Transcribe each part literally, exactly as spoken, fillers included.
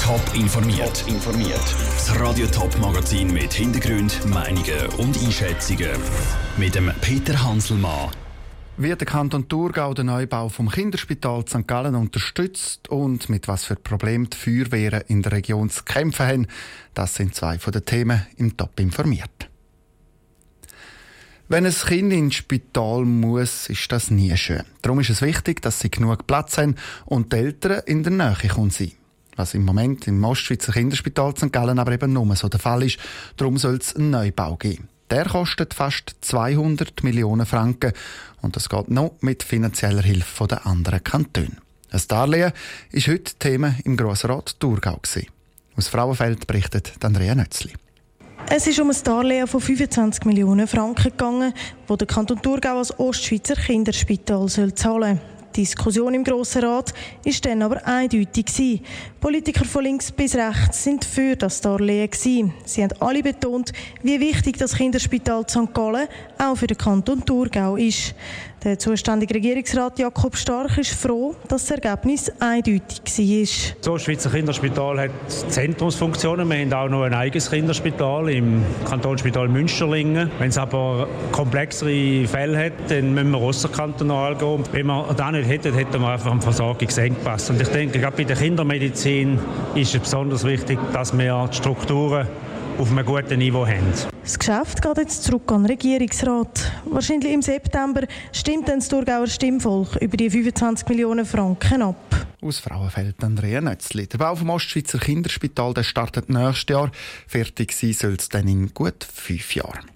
Top informiert. Top informiert. Das Radio Top Magazin mit Hintergrund, Meinungen und Einschätzungen mit dem Peter Hanselmann. Wie der Kanton Thurgau den Neubau vom Kinderspital Sankt Gallen unterstützt und mit was für Problemen die Feuerwehren in der Region zu kämpfen haben, das sind zwei von den Themen im Top informiert. Wenn ein Kind ins Spital muss, ist das nie schön. Darum ist es wichtig, dass sie genug Platz haben und die Eltern in der Nähe kommen sein. Was im Moment im Ostschweizer Kinderspital Sankt Gallen aber eben nur so der Fall ist. Darum soll es einen Neubau geben. Der kostet fast zweihundert Millionen Franken und das geht noch mit finanzieller Hilfe der anderen Kantone. Ein Darlehen ist heute Thema im Grossrat Thurgau gewesen. Aus Frauenfeld berichtet Andrea Nötzli. Es ist um ein Darlehen von fünfundzwanzig Millionen Franken gegangen, das der Kanton Thurgau als Ostschweizer Kinderspital zahlen soll. Die Diskussion im Grossen Rat war dann aber eindeutig. Politiker von links bis rechts sind für das Darlehen gewesen. Sie haben alle betont, wie wichtig das Kinderspital Sankt Gallen auch für den Kanton Thurgau ist. Der zuständige Regierungsrat Jakob Stark ist froh, dass das Ergebnis eindeutig war. Das Ostschweizer Kinderspital hat Zentrumsfunktionen. Wir haben auch noch ein eigenes Kinderspital im Kantonsspital Münsterlingen. Wenn es aber komplexere Fälle hat, dann müssen wir ausserkantonal gehen. Wenn wir das nicht hätten, hätten wir einfach einen Versorgungsengpass. Und ich denke, gerade bei der Kindermedizin ist es besonders wichtig, dass wir die Strukturen auf einem guten Niveau haben. Das Geschäft geht jetzt zurück an den Regierungsrat. Wahrscheinlich im September stimmt dann das Thurgauer Stimmvolk über die fünfundzwanzig Millionen Franken ab. Aus Frauenfeld Andrea Nötzli. Der Bau vom Ostschweizer Kinderspital der startet nächstes Jahr. Fertig sein soll es dann in gut fünf Jahren.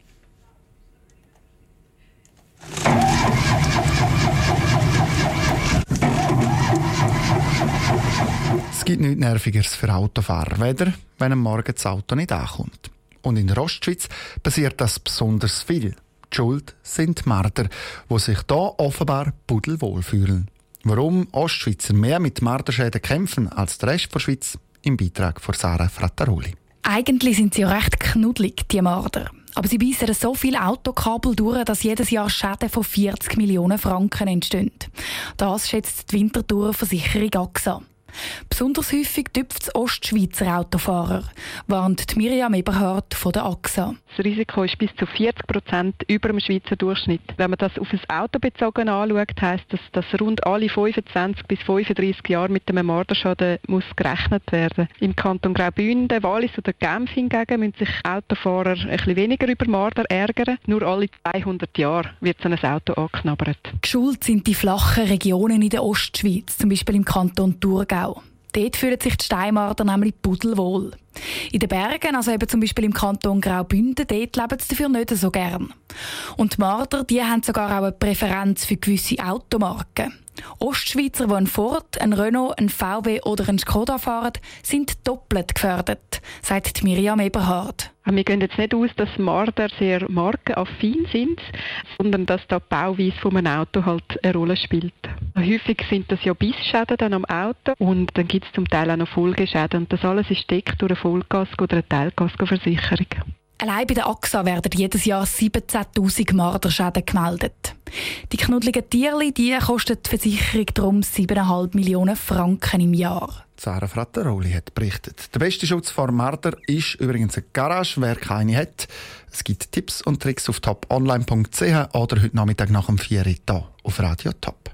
Es gibt nichts Nervigeres für Autofahrer, weder wenn am Morgen das Auto nicht ankommt. Und in der Ostschweiz passiert das besonders viel. Die Schuld sind die Marder, die sich hier offenbar pudelwohl fühlen. Warum Ostschweizer mehr mit Marderschäden kämpfen als der Rest der Schweiz? Im Beitrag von Sarah Frattaroli. Eigentlich sind sie ja recht knuddelig, die Marder. Aber sie beißen so viele Autokabel durch, dass jedes Jahr Schäden von vierzig Millionen Franken entstehen. Das schätzt die Winterthurer Versicherung A X A. Besonders häufig tüpft es Ostschweizer Autofahrer, warnt Miriam Eberhardt von der A X A. Das Risiko ist bis zu vierzig Prozent über dem Schweizer Durchschnitt. Wenn man das auf ein Auto bezogen anschaut, heisst das, dass rund alle fünfundzwanzig bis fünfunddreissig Jahre mit einem Marderschaden muss gerechnet werden. Im Kanton Graubünden, Wallis oder Genf hingegen müssen sich Autofahrer ein bisschen weniger über Marder ärgern. Nur alle zweihundert Jahre wird so ein Auto angeknabbert. Schuld sind die flachen Regionen in der Ostschweiz, zum Beispiel im Kanton Thurgau. Dort fühlen sich die Steinmarder nämlich pudelwohl. In den Bergen, also eben zum Beispiel im Kanton Graubünden, dort leben sie dafür nicht so gern. Und die Marder, die haben sogar auch eine Präferenz für gewisse Automarken. Ostschweizer, die einen Ford, einen Renault, einen V W oder einen Skoda fahren, sind doppelt gefördert, sagt Miriam Eberhardt. Wir gehen jetzt nicht aus, dass Marder sehr markenaffin sind, sondern dass da die Bauweise von einem Auto halt eine Rolle spielt. Häufig sind das ja Bissschäden dann am Auto und dann gibt es zum Teil auch noch Folgeschäden. Und das alles ist deckt durch eine Vollkasko oder eine Teilkaskoversicherung. Allein bei der A X A werden jedes Jahr siebzehntausend Marderschäden gemeldet. Die knuddeligen Tierli, die kosten die Versicherung darum sieben Komma fünf Millionen Franken im Jahr. Sarah Frattaroli hat berichtet. Der beste Schutz vor Marder ist übrigens eine Garage, wer keine hat. Es gibt Tipps und Tricks auf top online punkt c h oder heute Nachmittag nach dem vier Uhr hier auf Radio Top.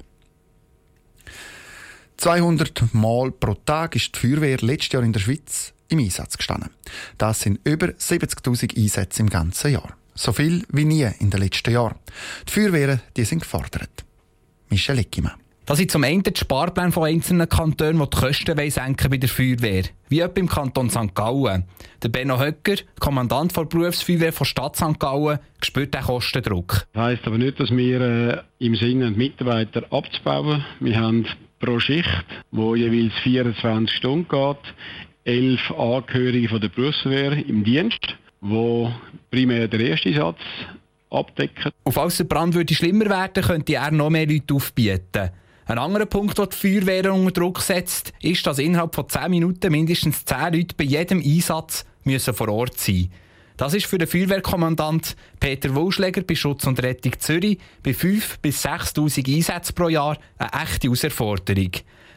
zweihundert Mal pro Tag ist die Feuerwehr letztes Jahr in der Schweiz im Einsatz gestanden. Das sind über siebzigtausend Einsätze im ganzen Jahr. So viel wie nie in den letzten Jahren. Die Feuerwehren die sind gefordert. Michel Eckimann. Das sind zum einen die Sparpläne von einzelnen Kantonen, die die Kosten senken bei der Feuerwehr. Wie etwa im Kanton Sankt Gallen. Der Benno Höcker, Kommandant der Berufsfeuerwehr von Stadt Sankt Gallen, spürt den Kostendruck. Das heisst aber nicht, dass wir äh, im Sinne haben, Mitarbeiter abzubauen. Wir haben pro Schicht, die jeweils vierundzwanzig Stunden geht, elf Angehörige von der Berufswehr im Dienst, die primär den ersten Satz abdecken. Und falls der Brand würde schlimmer werden, könnte er noch mehr Leute aufbieten. Ein anderer Punkt, der die Feuerwehr unter Druck setzt, ist, dass innerhalb von zehn Minuten mindestens zehn Leute bei jedem Einsatz müssen vor Ort sein müssen. Das ist für den Feuerwehrkommandant Peter Wulschläger bei Schutz und Rettung Zürich bei fünftausend bis sechstausend Einsätzen pro Jahr eine echte Herausforderung.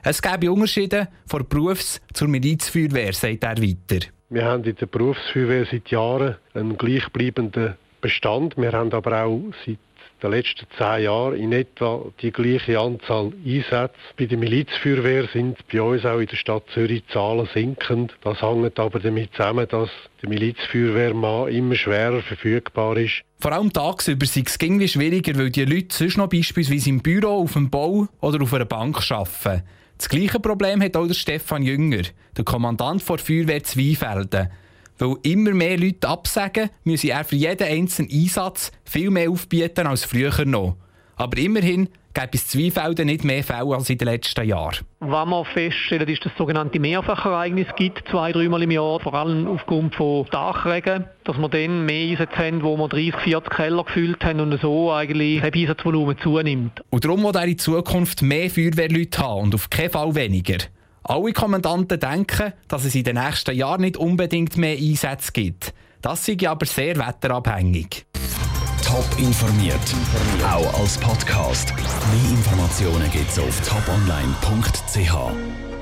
Es gäbe Unterschiede von Berufs- zur Milizfeuerwehr, sagt er weiter. Wir haben in der Berufsfeuerwehr seit Jahren einen gleichbleibenden Bestand. Wir haben aber auch seit den letzten zehn Jahren in etwa die gleiche Anzahl Einsätze. Bei der Milizfeuerwehr sind bei uns auch in der Stadt Zürich die Zahlen sinkend. Das hängt aber damit zusammen, dass der Milizfeuerwehrmann immer schwerer verfügbar ist. Vor allem tagsüber sei es irgendwie schwieriger, weil die Leute sonst noch beispielsweise im Büro, auf dem Bau oder auf einer Bank arbeiten. Das gleiche Problem hat auch der Stefan Jünger, der Kommandant der Feuerwehr Zweifelden. Weil immer mehr Leute absagen, müsse er für jeden einzelnen Einsatz viel mehr aufbieten als früher noch. Aber immerhin gäbe es Zweifelden nicht mehr Fälle als in den letzten Jahren. Was wir feststellen, ist, dass es sogenannte Mehrfachereignisse gibt, zwei, dreimal im Jahr, vor allem aufgrund von Starkregen, dass wir dann mehr Einsätze haben, wo wir dreißig, vierzig Keller gefüllt haben und so eigentlich das Einsatzvolumen zunimmt. Und darum will er in Zukunft mehr Feuerwehrleute haben und auf keinen Fall weniger. Alle Kommandanten denken, dass es in den nächsten Jahren nicht unbedingt mehr Einsätze gibt. Das sei aber sehr wetterabhängig. Top informiert, auch als Podcast. Mehr Informationen gibt es auf top online punkt c h.